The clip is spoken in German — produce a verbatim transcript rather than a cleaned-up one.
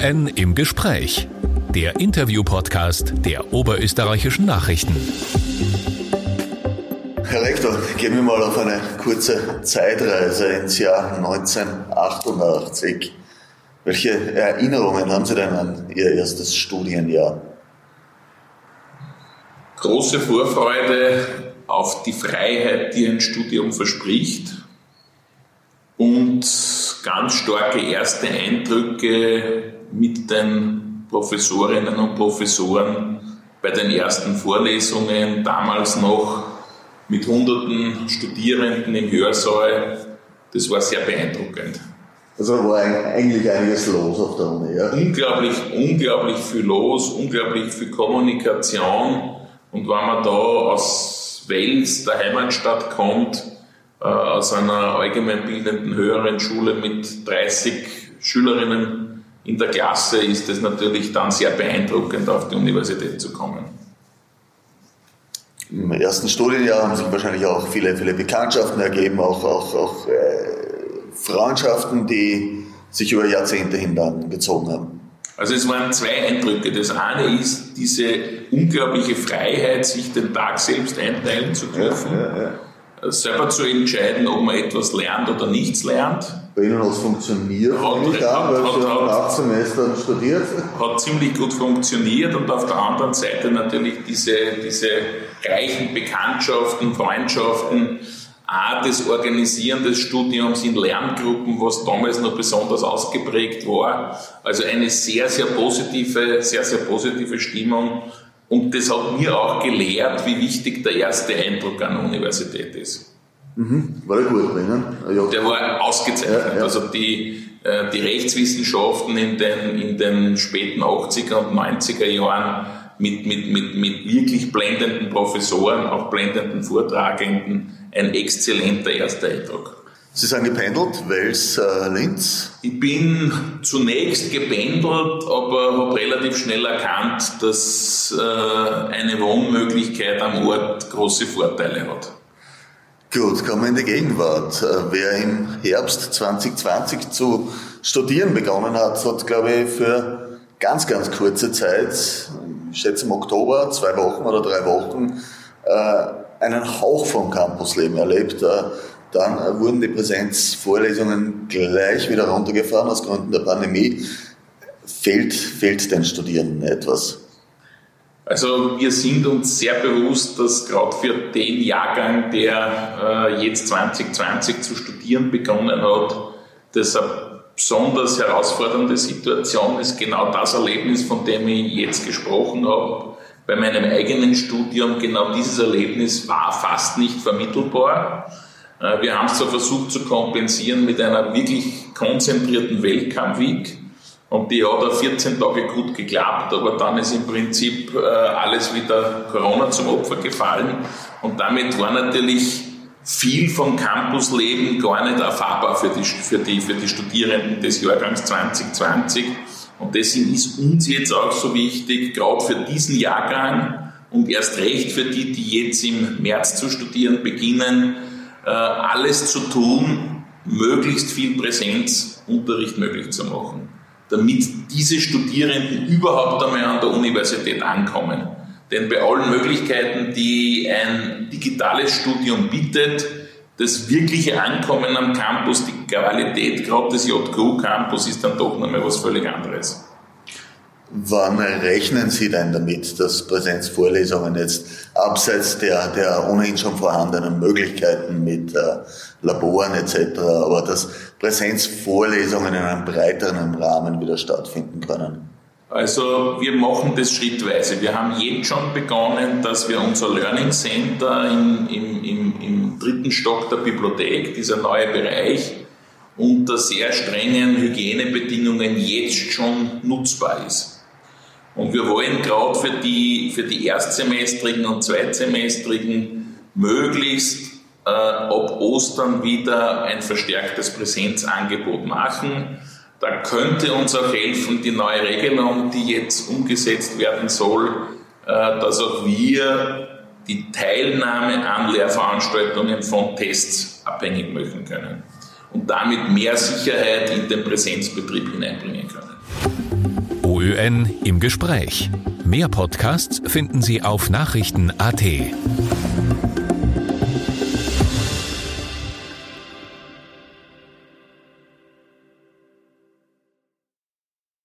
O N im Gespräch. Der Interview-Podcast der Oberösterreichischen Nachrichten. Herr Rektor, gehen wir mal auf eine kurze Zeitreise ins Jahr neunzehnhundertachtundachtzig. Welche Erinnerungen haben Sie denn an Ihr erstes Studienjahr? Große Vorfreude auf die Freiheit, die ein Studium verspricht, und ganz starke erste Eindrücke mit den Professorinnen und Professoren bei den ersten Vorlesungen, damals noch mit hunderten Studierenden im Hörsaal. Das war sehr beeindruckend. Also da war eigentlich einiges los auf der Uni, ja? Unglaublich, unglaublich viel los, unglaublich viel Kommunikation. Und wenn man da aus Wels, der Heimatstadt, kommt, äh, aus einer allgemeinbildenden höheren Schule mit dreißig Schülerinnen in der Klasse, ist es natürlich dann sehr beeindruckend, auf die Universität zu kommen. Im ersten Studienjahr haben sich wahrscheinlich auch viele, viele Bekanntschaften ergeben, auch, auch, auch äh, Freundschaften, die sich über Jahrzehnte hin dann gezogen haben. Also es waren zwei Eindrücke. Das eine ist diese unglaubliche Freiheit, sich den Tag selbst einteilen zu dürfen, ja, ja, ja. selber zu entscheiden, ob man etwas lernt oder nichts lernt. Bei Ihnen hat es funktioniert, hat, nicht hat, an, weil hat, Sie hat, nach Semestern studiert. Hat ziemlich gut funktioniert, und auf der anderen Seite natürlich diese, diese reichen Bekanntschaften, Freundschaften, auch das Organisieren des Studiums in Lerngruppen, was damals noch besonders ausgeprägt war. Also eine sehr, sehr positive, sehr, sehr positive Stimmung. Und das hat mir auch gelehrt, wie wichtig der erste Eindruck an der Universität ist. Mhm. War der gut bringen? Ja. Der war ausgezeichnet. Ja, ja. Also die, die Rechtswissenschaften in den, in den späten achtziger und neunziger Jahren mit, mit, mit, mit wirklich blendenden Professoren, auch blendenden Vortragenden, ein exzellenter erster Eindruck. Sie sind gependelt, Wels, äh, Linz? Ich bin zunächst gependelt, aber habe relativ schnell erkannt, dass äh, eine Wohnmöglichkeit am Ort große Vorteile hat. Gut, kommen wir in die Gegenwart. Wer im Herbst zwanzig zwanzig zu studieren begonnen hat, hat, glaube ich, für ganz, ganz kurze Zeit, ich schätze im Oktober, zwei Wochen oder drei Wochen, einen Hauch vom Campusleben erlebt. Dann wurden die Präsenzvorlesungen gleich wieder runtergefahren aus Gründen der Pandemie. Fehlt, fehlt den Studierenden etwas? Also wir sind uns sehr bewusst, dass gerade für den Jahrgang, der äh, jetzt zwanzig zwanzig zu studieren begonnen hat, das eine besonders herausfordernde Situation ist. Genau das Erlebnis, von dem ich jetzt gesprochen habe, bei meinem eigenen Studium, genau dieses Erlebnis war fast nicht vermittelbar. Äh, wir haben es zwar versucht zu kompensieren mit einer wirklich konzentrierten Weltkampf-Week, und die hat auch vierzehn Tage gut geklappt, aber dann ist im Prinzip äh, alles wieder Corona zum Opfer gefallen. Und damit war natürlich viel vom Campusleben gar nicht erfahrbar für die, für die, für die Studierenden des Jahrgangs zwanzig zwanzig. Und deswegen ist uns jetzt auch so wichtig, gerade für diesen Jahrgang und erst recht für die, die jetzt im März zu studieren beginnen, äh, alles zu tun, möglichst viel Präsenzunterricht möglich zu machen, damit diese Studierenden überhaupt einmal an der Universität ankommen. Denn bei allen Möglichkeiten, die ein digitales Studium bietet, das wirkliche Ankommen am Campus, die Qualität gerade des J K U-Campus ist dann doch nochmal was völlig anderes. Wann rechnen Sie denn damit, dass Präsenzvorlesungen jetzt abseits der, der ohnehin schon vorhandenen Möglichkeiten mit äh, Laboren et cetera, aber dass Präsenzvorlesungen in einem breiteren Rahmen wieder stattfinden können? Also wir machen das schrittweise. Wir haben jetzt schon begonnen, dass wir unser Learning Center im, im, im, im dritten Stock der Bibliothek, dieser neue Bereich, unter sehr strengen Hygienebedingungen jetzt schon nutzbar ist. Und wir wollen gerade für die, für die Erstsemestrigen und Zweitsemestrigen möglichst äh, ab Ostern wieder ein verstärktes Präsenzangebot machen. Da könnte uns auch helfen die neue Regelung, die jetzt umgesetzt werden soll, äh, dass auch wir die Teilnahme an Lehrveranstaltungen von Tests abhängig machen können und damit mehr Sicherheit in den Präsenzbetrieb hineinbringen können. OÖN im Gespräch. Mehr Podcasts finden Sie auf Nachrichten punkt A T.